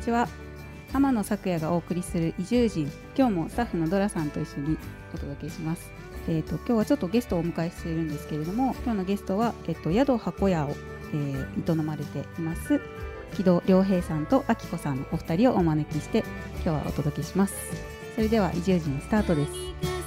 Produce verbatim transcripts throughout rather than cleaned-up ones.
ちは。天野咲也がお送りする移住人、今日もスタッフのドラさんと一緒にお届けします。えー、と今日はちょっとゲストをお迎えしているんですけれども、今日のゲストは、えっと、宿箱屋を、えー、営まれています木戸良平さんとあきこさんのお二人をお招きして今日はお届けします。それでは移住人スタートです。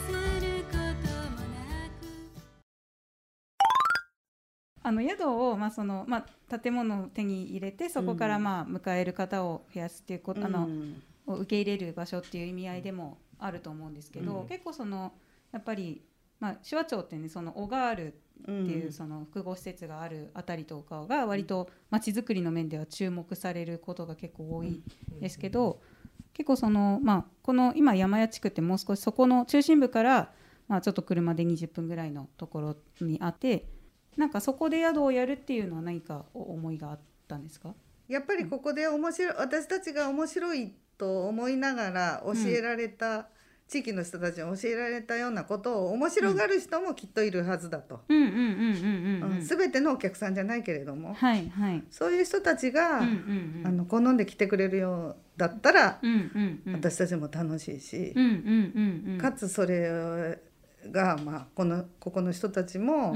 あの宿を、まあそのまあ、建物を手に入れてそこから、まあ、迎える方を増やすっていうこと、うん、あのを受け入れる場所っていう意味合いでもあると思うんですけど、うん、結構そのやっぱり、まあ、手話町ってね、その小ガールっていうその複合施設があるあたりとかが割と街づくりの面では注目されることが結構多いですけど、結構その、まあ、この今山谷地区ってもう少しそこの中心部から、まあ、ちょっと車でにじゅっぷんぐらいのところにあって、なんかそこで宿をやるっていうのは何か思いがあったんですか？ やっぱりここで面白い、私たちが面白いと思いながら教えられた、うん、地域の人たちに教えられたようなことを面白がる人もきっといるはずだと。全てのお客さんじゃないけれども、はいはい、そういう人たちが、うんうんうん、あの好んで来てくれるようだったら、うんうんうん、私たちも楽しいし、うんうんうんうん、かつそれが、まあ、この、ここの人たちも、うんうん、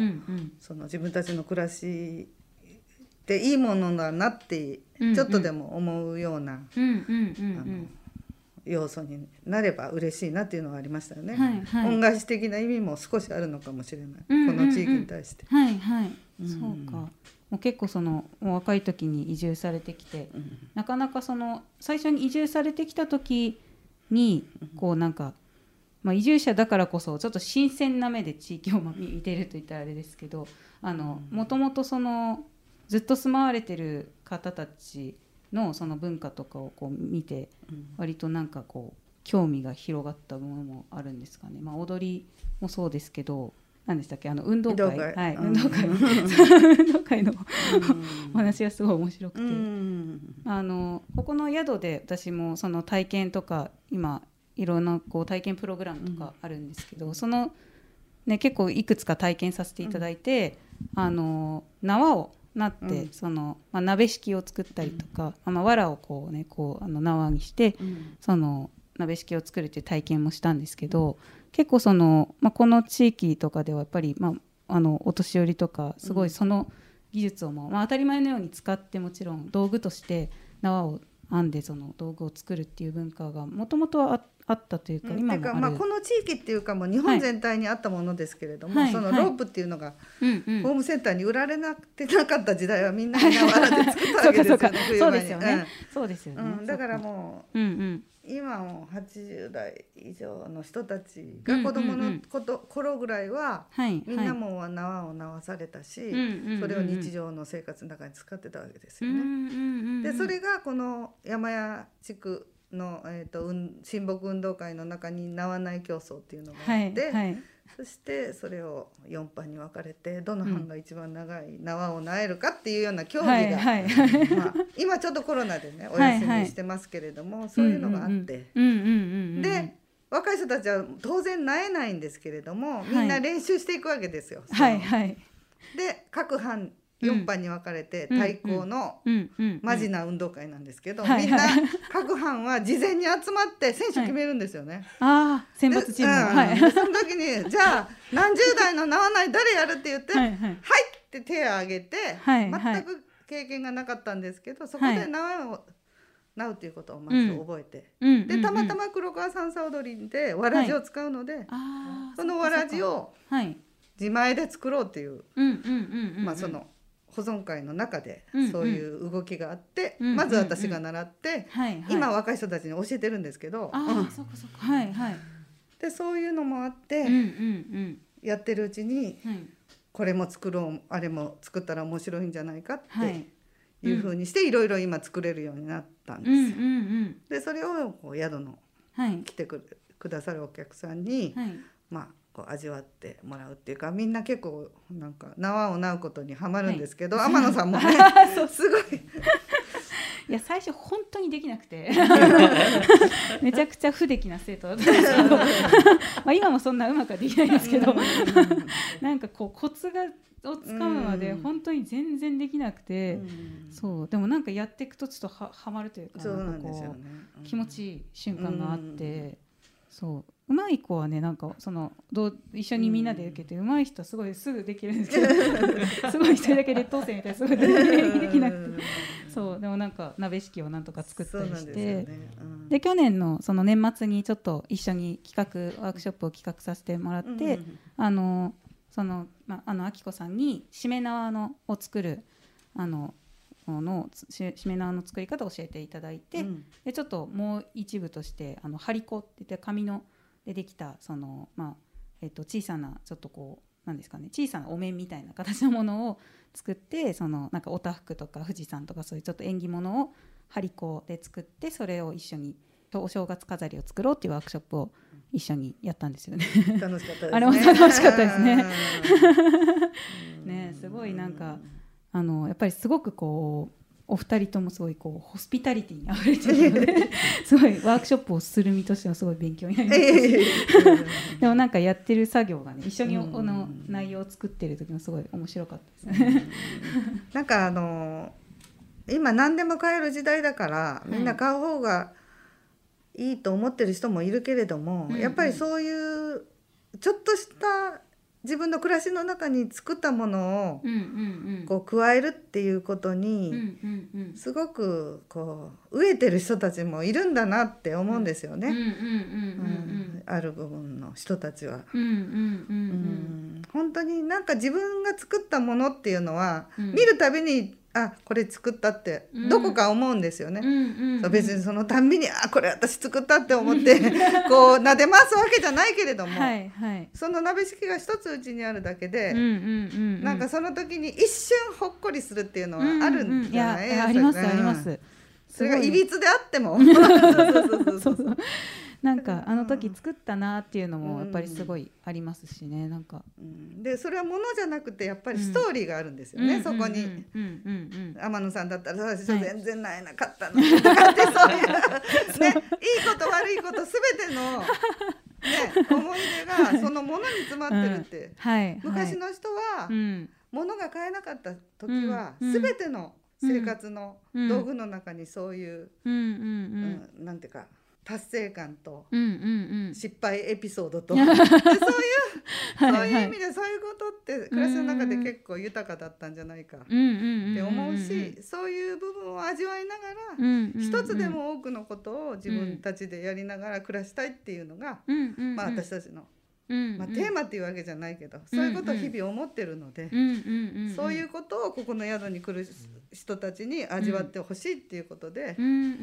その自分たちの暮らしでいいものだなってちょっとでも思うような要素になれば嬉しいなっていうのはありましたよね、はいはい、恩返し的な意味も少しあるのかもしれない、うんうんうん、この地域に対して、はいはい、 うん、そうか。もう結構その若い時に移住されてきて、うん、なかなかその最初に移住されてきた時にこうなんか、まあ、移住者だからこそちょっと新鮮な目で地域を見てるといったらあれですけど、あのもともとそのずっと住まわれてる方たちのその文化とかをこう見て、割となんかこう興味が広がったものもあるんですかね。まあ、踊りもそうですけど、何でしたっけ、あの運動会、はい、運動会、運動会のお話がすごい面白くて、あのここの宿で私もその体験とか今いろんなこう体験プログラムとかあるんですけど、そのね、結構いくつか体験させていただいて、あの縄をなって、うん、そのまあ、鍋敷きを作ったりとか、うん、まあ、藁をこうねこうあの縄にして、うん、その鍋敷きを作るという体験もしたんですけど、うん、結構その、まあ、この地域とかではやっぱり、まあ、あのお年寄りとかすごいその技術をも、まあ、当たり前のように使って、もちろん道具として縄を編んでその道具を作るっていう文化がもともとはああったというか、うん、今もある。てか、まあ、 この地域っていうかもう日本全体にあったものですけれども、はい、そのロープっていうのがホームセンターに売られなくてなかった時代はみんな縄で作ったわけですよね。 そうですよね、そうですよね、 うん、だからもう、うんうん、今もはちじゅう代以上の人たちが子供のこと、うんうんうん、頃ぐらいは、はい、みんなも縄を縄されたし、はい、それを日常の生活の中に使ってたわけですよね、うんうんうん、でそれがこの山谷地区の、えーと、親睦運動会の中に縄苗競争っていうのがあって、はいはい、そしてそれをよん班に分かれてどの班が一番長い縄を苗えるかっていうような競技が、はいはいまあ、今ちょっとコロナでねお休みしてますけれども、はいはい、そういうのがあって、で若い人たちは当然苗えないんですけれども、みんな練習していくわけですよ、はいはい、で各班よん班に分かれて対抗のマジな運動会なんですけど、うんうんうん、みんな各班は事前に集まって選手決めるんですよね、 はい、あ選抜チーム、 うんはい、でその時にじゃあ何十代の縄苗誰やるって言ってはい、はい、って手を挙げて、はいはい、全く経験がなかったんですけど、そこで縄を縄うということをまず覚えて、うん、でたまたま黒川さんさ踊りでわらじを使うので、はい、そのわらじを自前で作ろうっていう、まあその保存会の中でそういう動きがあって、うんうん、まず私が習って、うんうんうん、今若い人たちに教えてるんですけど、あ、うん、そうかそうか、はいはい、でそういうのもあって、うんうんうん、やってるうちに、うん、これも作ろうあれも作ったら面白いんじゃないかっていう風にしていろいろ今作れるようになったんですよ、うんうんうん、でそれをこう宿の来てくれ、くださるお客さんに、はい、まあこう味わってもらうっていうか、みんな結構なんか縄を縄うことにはまるんですけど、はい、天野さんもねすごいいや最初本当にできなくてめちゃくちゃ不出来な生徒だったんですけどまあ今もそんなうまくはできないんですけどなんかこうコツがをつかむまで本当に全然できなくて、そうでもなんかやっていくとちょっと は, はまるというか、なんかこう気持ちいい瞬間があって、そううまい子はね、なんかそのどう一緒にみんなで受けて、うまい人はすごいすぐできるんですけどすごい一人だけ劣等生みたいなすごいできなくてそうでもなんか鍋敷をなんとか作ったりして、で、ねうん、で去年のその年末にちょっと一緒に企画ワークショップを企画させてもらって、うんうん、あのそのまあのあきこさんにしめ縄のを作るあののしめ縄の作り方を教えていただいて、うん、でちょっともう一部としてあの張り子って言って紙のでできたその、まあえっと、小さなちょっとこうなんですかね、小さなお面みたいな形のものを作って、そのなんかおたふくとか富士山とかそういうちょっと縁起物を張り子で作って、それを一緒にお正月飾りを作ろうっていうワークショップを一緒にやったんですよね。 楽しかったですね。 あれも楽しかったですね。ね、すごいなんかあのやっぱりすごくこうお二人ともすごいこうホスピタリティにあふれてるのですごいワークショップをする身としてはすごい勉強になりましたでもなんかやってる作業がね、一緒にこの内容を作ってる時もすごい面白かったですね。 なんかあの今何でも買える時代だからみんな買う方がいいと思ってる人もいるけれども、はい、やっぱりそういうちょっとした自分の暮らしの中に作ったものをこう加えるっていうことにすごくこう飢えてる人たちもいるんだなって思うんですよね、ある部分の人たちは。本当になんか自分が作ったものっていうのは、うん、見るたびにあこれ作ったってどこか思うんですよね、うんうんうん、そう別にそのたんびにあこれ私作ったって思ってこう撫で回すわけじゃないけれども、はいはい、その鍋敷きが一つうちにあるだけで、うんうんうんうん、なんかその時に一瞬ほっこりするっていうのはあるんじゃない、うんうん、いやありますあります。 それがいびつであってもなんかあの時作ったなっていうのもやっぱりすごいありますしね、なんか、 うん、でそれはものじゃなくてやっぱりストーリーがあるんですよね、うん、そこに天野さんだったら私全然なえなかったのとかってそういう、ね、いいこと悪いこと全ての、ね、思い出がそのものに詰まってるって、うんはいはい、昔の人は、うん、物が買えなかった時は、うん、全ての生活の道具の中にそういう、うんうんうん、なんていうか達成感と失敗エピソードと、うんうんうん、でそういうそういう意味でそういうことって暮らしの中で結構豊かだったんじゃないかって思うし、そういう部分を味わいながら一つでも多くのことを自分たちでやりながら暮らしたいっていうのが、まあ、私たちのまあ、テーマっていうわけじゃないけど、そういうことを日々思ってるので、そういうことをここの宿に来る人たちに味わってほしいっていうことで、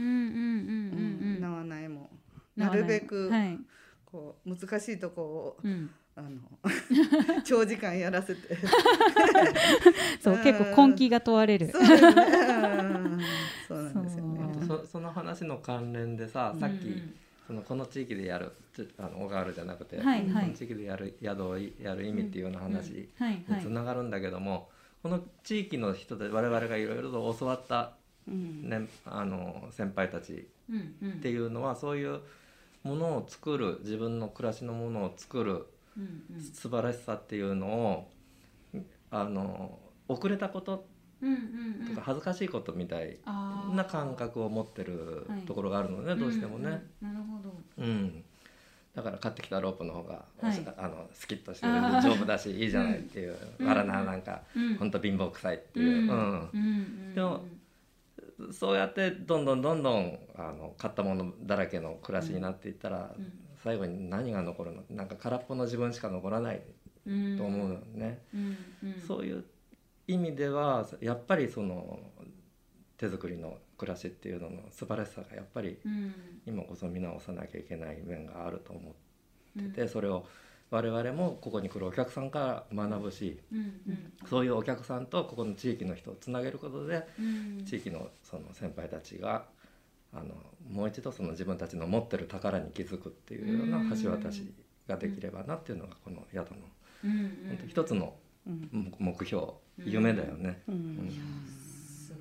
縄苗もなるべくこう難しいとこを、うん、あの長時間やらせてそう結構根気が問われる。 そうですね。そうなんですよね。 そ, その話の関連でさ、さっき、うんそのこの地域でやるあの小川原じゃなくて、はいはい、この地域でやる宿をやる意味っていうような話につながるんだけども、この地域の人で我々がいろいろと教わった、ね、あの先輩たちっていうのは、そういうものを作る、自分の暮らしのものを作る素晴らしさっていうのをあの遅れたこととか恥ずかしいことみたいな感覚を持ってるところがあるのね、どうしてもね、 うんうん、なるほど、 うん、だから買ってきたロープの方が、はい、あのスキッとして丈夫だしいいじゃないっていう、うん、わらななんか、うん、ほんと貧乏くさいっていう、うんうんうん、でもそうやってどんどんどんどんあの買ったものだらけの暮らしになっていったら、うん、最後に何が残るの、なんか空っぽの自分しか残らないと思うのね、うんうん、そういう意味ではやっぱりその手作りの暮らしっていうのの素晴らしさがやっぱり今こそ見直さなきゃいけない面があると思ってて、それを我々もここに来るお客さんから学ぶし、そういうお客さんとここの地域の人をつなげることで、地域のその先輩たちがあのもう一度その自分たちの持ってる宝に気づくっていうような橋渡しができればなっていうのがこの宿の本当一つの目標、夢だよね、 うんうん、いやすごい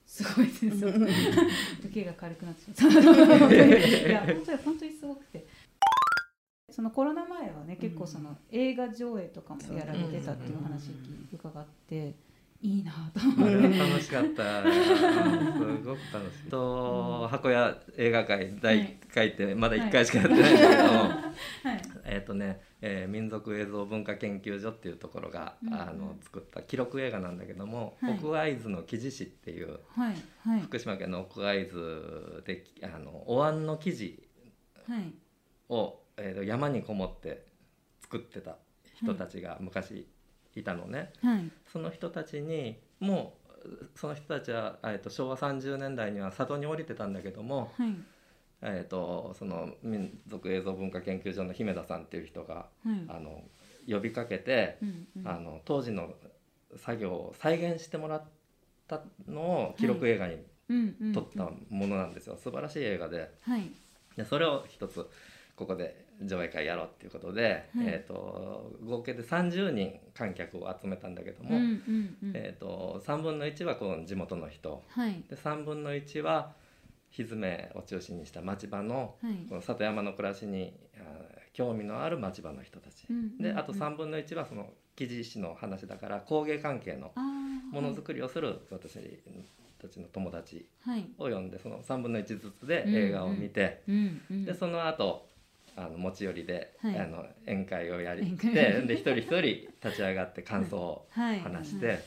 すごいですよ受けが軽くなってしまったいや本当に本当にすごくて、そのコロナ前はね結構その映画上映とかもやられてたっていう話伺って、いいなと思って楽しかったすごく楽しいと、箱屋映画会だいいっかいってまだいっかいしかやってないんだけど、はい、えっとね、えー、民族映像文化研究所っていうところが、うん、あの作った記録映画なんだけども、はい、奥会津の木地市っていう、はいはい、福島県の奥会津であのお椀の生地を、はいえー、山にこもって作ってた人たちが昔いたのね、はい、その人たちにもうその人たちは、えー、と昭和さんじゅうねんだいには里に降りてたんだけども、はいえー、とその民族映像文化研究所の姫田さんっていう人が、はい、あの呼びかけて、うんうん、あの当時の作業を再現してもらったのを記録映画に撮ったものなんですよ。素晴らしい映画で、はい、でそれを一つここで上映会やろうっていうことで、はいえー、と合計でさんじゅうにん観客を集めたんだけども、うんうんうんえー、とさんぶんのいちはこの地元の人、はい、でさんぶんのいちはひづめを中心にした町場の、はい、この里山の暮らしに興味のある町場の人たち、うんうんうん、であとさんぶんのいちはその木地市の話だから工芸関係のものづくりをする私たちの友達を呼んで、そのさんぶんのいちずつで映画を見て、うんうん、でその後あの持ち寄りで、はい、あの宴会をやりてで一人一人立ち上がって感想を話して、はいはい、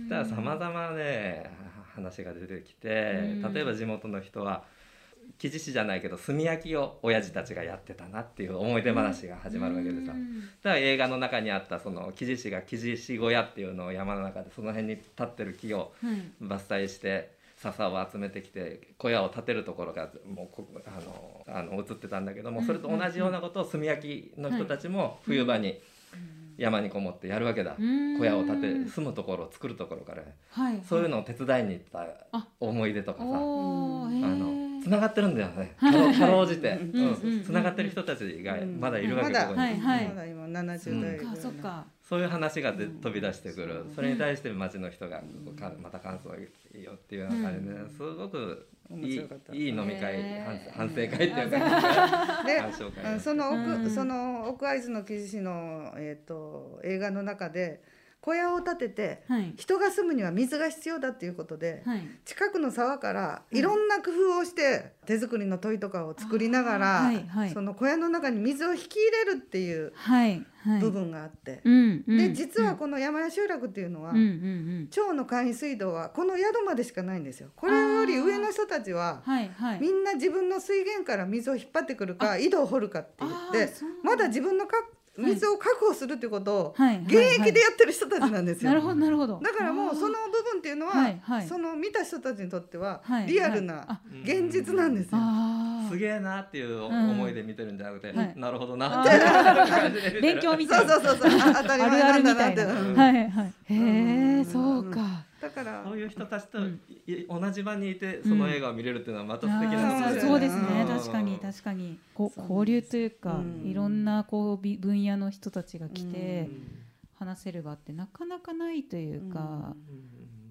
だからさまざまね話が出てきて、例えば地元の人は木地師じゃないけど炭焼きを親父たちがやってたなっていう思い出話が始まるわけでさ、だから映画の中にあったその木地師が木地師小屋っていうのを山の中でその辺に立ってる木を伐採して笹を集めてきて小屋を建てるところがもうあのあの映ってたんだけども、それと同じようなことを炭焼きの人たちも冬場に山にこもってやるわけだ、小屋を建て住むところを作るところから、はい、そういうのを手伝いに行った思い出とかさ、あのつながってるんだよね、かろうじてつながってる人たちがまだいるわけで、ここに、 はいはい、まだ今ななじゅうだいぐらい、うん、そっかそういう話がで飛び出してくる、それに対して町の人がまた感想をいいよっていうような感じで、ね、すごくいい、いい飲み会、反省会っていうかでその奥、その奥会津の木地師の、えーと、映画の中で小屋を建てて、はい、人が住むには水が必要だっていうことで、はい、近くの沢からいろんな工夫をして、はい、手作りの砥とかを作りながら、はいはい、その小屋の中に水を引き入れるっていう部分があって、はいはい、で実はこの山屋集落っていうのは、うんうんうん、町の簡易水道はこの宿までしかないんですよ。これより上の人たちは、はいはい、みんな自分の水源から水を引っ張ってくるか井戸を掘るかって言ってまだ自分のか水を確保するってことを現役でやってる人たちなんですよ。 なるほどなるほど。 だからもうその部分っていうのは、はいはい、その見た人たちにとってはリアルな現実なんですよ。 はいはい、すげえなっていう思いで見てるんじゃなくて、うん、なるほどなって感じで見てる。 勉強みたいな。 そうそうそうそう、当たり前なんだなって。 はいはい。へえ、そうか。 だからそういう人たちと同じ場にいてその映画を見れるっていうのはまた素敵なことで、うん、そうですね、確かに確かにこう交流というか、うん、いろんなこう分野の人たちが来て話せる場ってなかなかないというか、うん、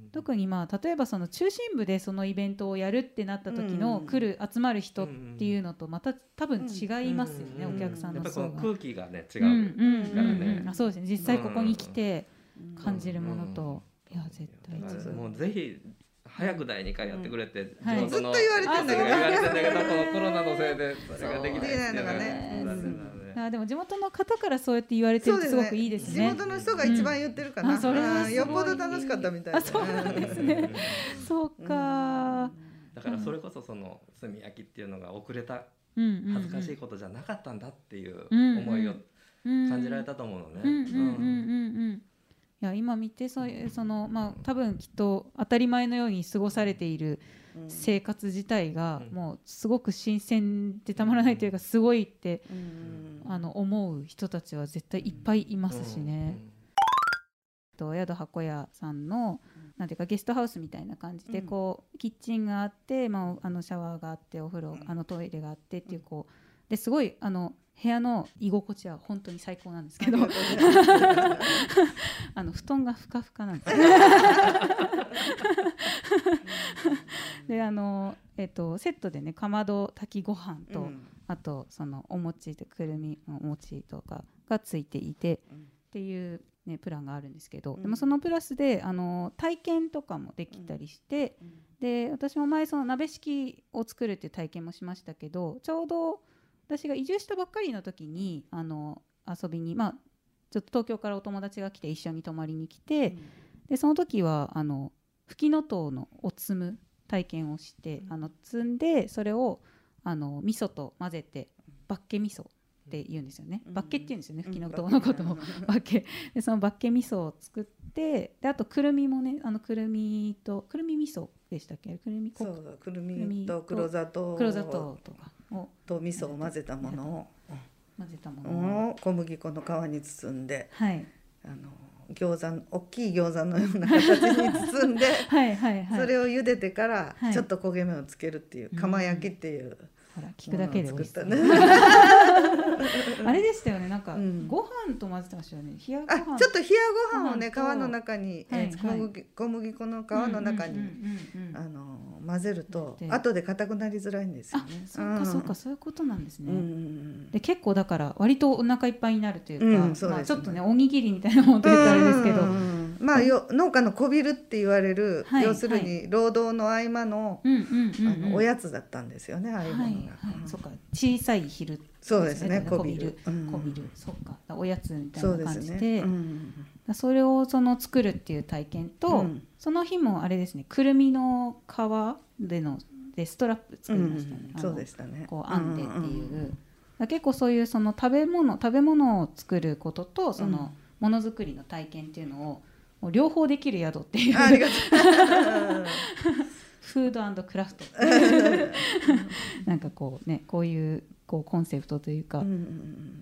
特にまあ例えばその中心部でそのイベントをやるってなった時の来る集まる人っていうのとまた多分違いますよね、うん、お客さんの層が。 やっぱこの空気がね違うからね、うんうんうん、 そうですね、実際ここに来て感じるものと、うんうん、いや絶対もうぜひ早くだいにかいやってくれって、うん、 はい、ずっと言われてんだけど言われてんだけどこのコロナのせいでそれができないっていうのがね。 あでも地元の方からそうやって言われてるとすごくいいですね。 地元の人が一番言ってるかな、うん、それはよっぽど楽しかったみたいな。 あそうなんですねそうか、 だからそれこそその炭焼きっていうのが遅れた恥ずかしいことじゃなかったんだっていう思いを感じられたと思うのね。 いや今見てそその、まあ、多分きっと当たり前のように過ごされている生活自体がもうすごく新鮮でたまらないというかすごいって、うん、あの思う人たちは絶対いっぱいいますしね。うんうん、宿箱屋さんのなんていうかゲストハウスみたいな感じでこう、うん、キッチンがあって、まあ、あのシャワーがあってお風呂あのトイレがあってっていうこうですごいあの部屋の居心地は本当に最高なんですけどあの布団がふかふかなんですであの、えっと、セットでねかまど炊きご飯と、うん、あとそのお餅とくるみお餅とかがついていて、うん、っていう、ね、プランがあるんですけど、うん、でもそのプラスであの体験とかもできたりして、うん、で私も前その鍋敷を作るっていう体験もしましたけど、ちょうど私が移住したばっかりの時にあの遊びに、まあ、ちょっと東京からお友達が来て一緒に泊まりに来て、うん、でその時はあのフキノトウのを摘む体験をして、うん、あの摘んでそれをあの味噌と混ぜてバッケ味噌って言うんですよね、うん、バッケって言うんですよね、フキノトウのことを、うん、バッケでそのバッケ味噌を作って、であとくるみもね、あのくるみとくるみ味噌でしたっけ、くるみそうだくるみと黒砂糖黒砂糖とかをと味噌を混ぜたものを混ぜたものを小麦粉の皮に包んで、 はい、 あの餃子大きい餃子のような形に包んではいはい、はい、 それを茹でてからちょっと焦げ目をつけるっていう、はい、釜焼きっていう、 ほら聞くだけで美味しそう、ね、あれでしたよね、なんか、うん、ご飯と混ぜてましたよね、冷やご飯、 あちょっと冷やご飯をね皮の中に、はいはい、小麦、小麦粉の皮の中に混ぜると後で硬くなりづらいんですよね。 あ、そうかそうか、そういうことなんですね、うん、で結構だから割とお腹いっぱいになるというか、うん、そうですね、まあ、ちょっとねおにぎりみたいなものと言ったらあれですけど、うん、 まあよ農家のこびるって言われる、はい、要するに労働の合間のおやつだったんですよね、ああいうものが、はいはい、 そうか小さい昼、ね、 そうですね、 こびる、こびる、そっかおやつみたいな感じ で, で、ね、うん、それをその作るっていう体験と、うん、その日もあれですね、くるみの皮でのでストラップ作りましたね、うん、 そうでしたね、 こう編んでっていう、うんうん、結構そういうその食べ物食べ物を作ることとそのものづくりの体験っていうのを両方できる宿っていう、ありがとうフード&クラフトなんかこうね、こういうこうコンセプトというか、うんうん、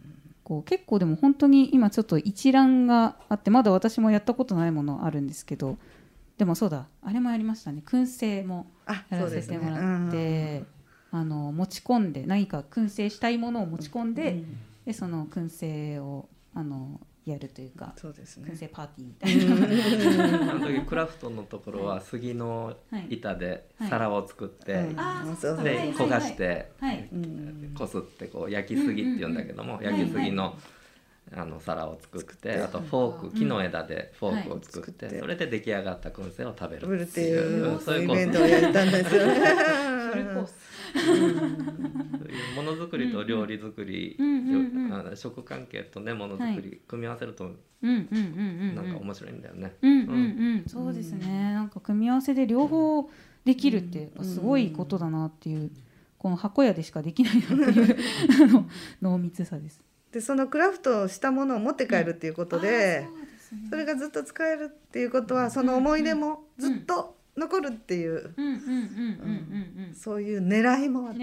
こう結構でも本当に今ちょっと一覧があって、まだ私もやったことないものあるんですけど、でもそうだ、あれもやりましたね、燻製もやらせてもらって、ね、うん、あの持ち込んで何か燻製したいものを持ち込んで、うん、でその燻製をあのやるというか、 そうですね、 燻製パーティーみたいな、あの時クラフトのところは杉の板で皿を作って、はいはい、で焦がしてこすってこう焼き杉っていうんだけども、焼き杉のあの皿を作って、あとフォーク、木の枝でフォークを作って、それで出来上がった燻製を食べるっていう、 そういうイベントをやったんですよね。 フルコースそういうものづくりと料理作り、食関係とねものづくり組み合わせるとなんか面白いんだよね。 そうですね、なんか組み合わせで両方できるってすごいことだなっていう、この箱屋でしかできないなっていう濃密さです。 でそのクラフトしたものを持って帰るっていうことで、うん、 そ, で、ね、それがずっと使えるっていうことはその思い出もずっと残るっていうそういう狙いもあって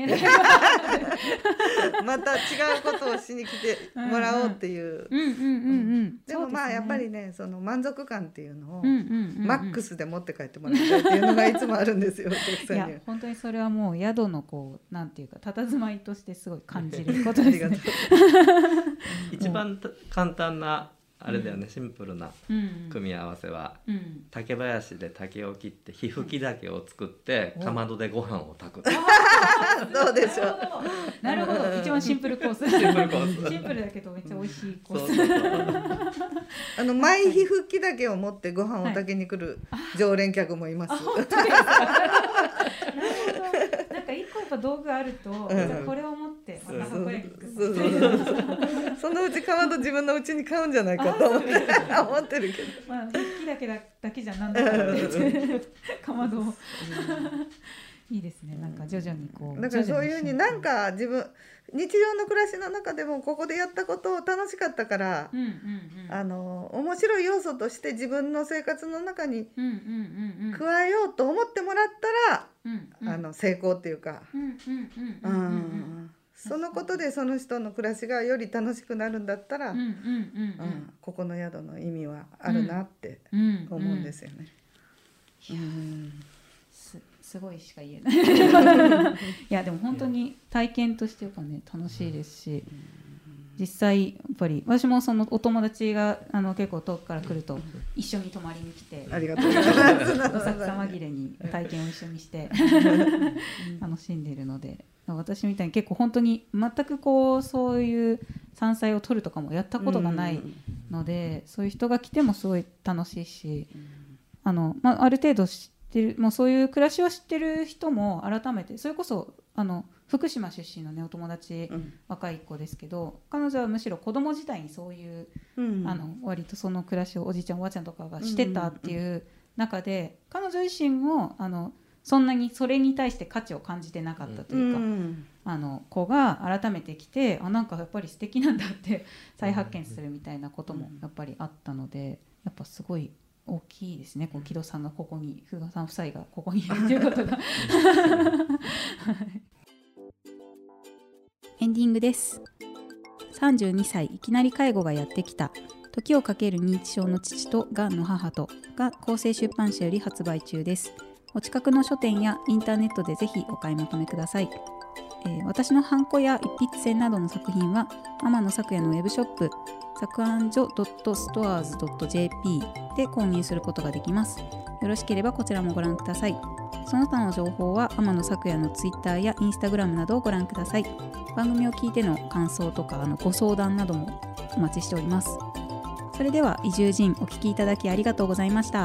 また違うことをしに来てもらおうっていうでもまあやっぱりねその満足感っていうのをマックスで持って帰ってもらいたいっていうのがいつもあるんですよ。 いや本当にそれはもう宿のこうなんていうか佇まいとしてすごい感じることですね。 一番簡単なあれだよね、うん、シンプルな組み合わせは、うん、竹林で竹を切って火吹き竹を作って、うん、かまどでご飯を炊く。 どうでしょう。 なるほど、一番シンプルコース。シンプルコース。シンプルだけどめっちゃ美味しいコース。そうそうそうあのマイ火吹き竹を持ってご飯を炊きに来る常連客もいます。はい、本当ですか。なんか一個やっぱ道具あると、うん、これを持ってまた箱焼き作る。 そのうちかまど自分のうちに買うんじゃないかと思って思ってるけど。 まあ吹きだけだだけじゃなんだからってかまどを。いいですね。なんか徐々にこう。 だからそういう風になんか自分日常の暮らしの中でもここでやったことを楽しかったから、うんうんうん、あの面白い要素として自分の生活の中に加えようと思ってもらったら、うんうん、あの成功っていうか、そのことでその人の暮らしがより楽しくなるんだったら、ここの宿の意味はあるなって思うんですよね。 うんうんうんす, すごいしか言えないいやでも本当に体験としてやっぱね楽しいですし、 実際やっぱり私もそのお友達があの結構遠くから来ると一緒に泊まりに来て、 ありがとうございますお酒紛れに体験を一緒にして楽しんでいるので、私みたいに結構本当に全くこうそういう山菜を取るとかもやったことがないので、そういう人が来てもすごい楽しいし、あの、まあ、ある程度知ってる、もうそういう暮らしを知ってる人も改めて、それこそあの福島出身のねお友達、うん、若い子ですけど、彼女はむしろ子供自体にそういう、うん、あの割とその暮らしをおじいちゃんおばあちゃんとかがしてたっていう中で、彼女自身もあのそんなにそれに対して価値を感じてなかったというか、うん、あの子が改めてきて、あなんかやっぱり素敵なんだって再発見するみたいなこともやっぱりあったので、やっぱすごい大きいですね。こう木戸さんがここに、久我さん夫妻がここにいるということがエンディングです。さんじゅうにさいいきなり介護がやってきた、時をかける認知症の父とがんの母とが厚生出版社より発売中です。お近くの書店やインターネットでぜひお買い求めください。えー、私のハンコや一筆箋などの作品は天野咲也のウェブショップ作案所 ストアーズ ドット ジェーピー で購入することができます。よろしければこちらもご覧ください。その他の情報は天野咲也のツイッターやインスタグラムなどをご覧ください。番組を聞いての感想とかあのご相談などもお待ちしております。それでは移住人お聞きいただきありがとうございました。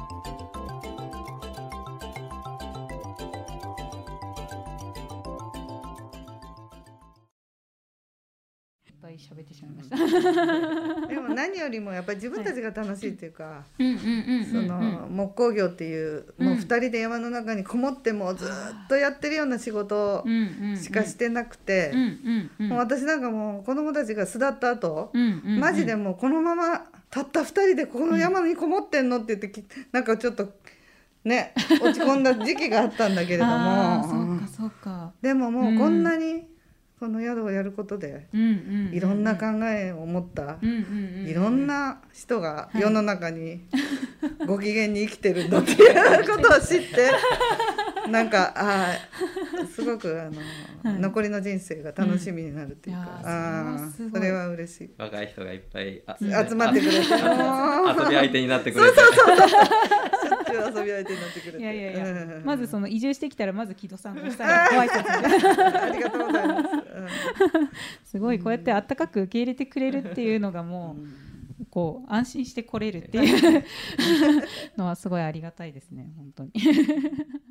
喋ってしまいましたでも何よりもやっぱり自分たちが楽しいっていうか、その木工業っていう、もうふたりで山の中にこもってもずっとやってるような仕事しかしてなくて、もう私なんかもう子供たちが巣立った後、マジでもうこのままたったふたりでこの山にこもってんのって言ってなんかちょっとね落ち込んだ時期があったんだけれどもそうかそうか。 でももうこんなにこの宿をやることでいろんな考えを持ったいろんな人が世の中にご機嫌に生きてるんだっていうことを知ってなんかあすごくあの、はい、残りの人生が楽しみになるっていうか、うん、あそれは嬉しい。 若い人がいっぱい集まってくれて遊び相手になってくれてそうそうそう遊び相手になってくれて、 いやいやいや、うん、まずその移住してきたらまず木戸さんとしたらご挨拶ありがとうございます、 うん、すごいこうやってあったかく受け入れてくれるっていうのがもう、うんこう安心して来れるっていうのはすごいありがたいですね本当に